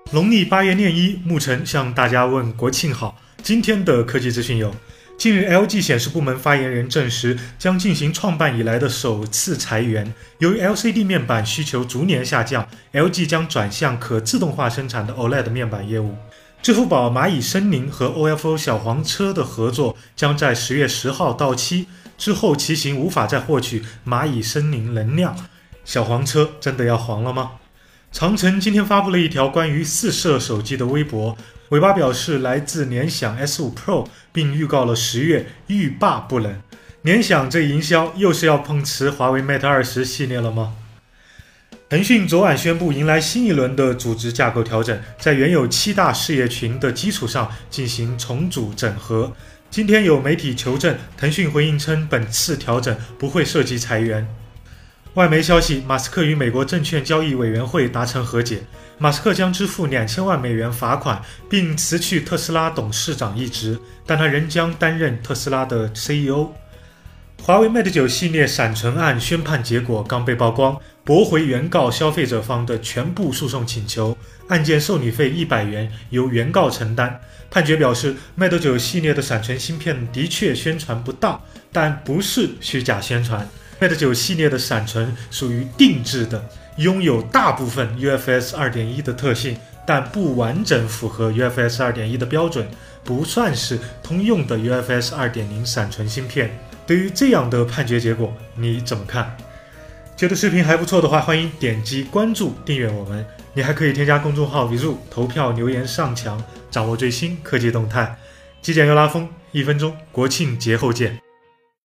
农历8月廿1，牧晨向大家问国庆好。今天的科技资讯有：近日 LG 显示部门发言人证实，将进行创办以来的首次裁员。由于 LCD 面板需求逐年下降， LG 将转向可自动化生产的 OLED 面板业务。支付宝蚂蚁森林和 OFO 小黄车的合作将在10月10号到期，之后骑行无法再获取蚂蚁森林能量。小黄车真的要黄了吗？长城今天发布了一条关于4摄手机的微博，尾巴表示来自联想 S5 Pro， 并预告了10月欲罢不能。联想这营销又是要碰瓷华为 Mate 20系列了吗？腾讯昨晚宣布迎来新一轮的组织架构调整，在原有7大事业群的基础上进行重组整合。今天有媒体求证，腾讯回应称本次调整不会涉及裁员。外媒消息，马斯克与美国证券交易委员会达成和解，马斯克将支付$2000万罚款，并辞去特斯拉董事长一职，但他仍将担任特斯拉的 CEO。华为 Mate 9系列闪存案宣判结果刚被曝光，驳回原告消费者方的全部诉讼请求，案件受理费100元由原告承担。判决表示 Mate 9系列的闪存芯片的确宣传不当，但不是虚假宣传。Mate 9系列的闪存属于定制的，拥有大部分 UFS 2.1 的特性，但不完整符合 UFS 2.1 的标准，不算是通用的 UFS 2.0 闪存芯片。对于这样的判决结果，你怎么看？觉得视频还不错的话，欢迎点击关注订阅我们。你还可以添加公众号 Vizu 投票留言上墙，掌握最新科技动态。极简又拉风，1分钟，国庆节后见。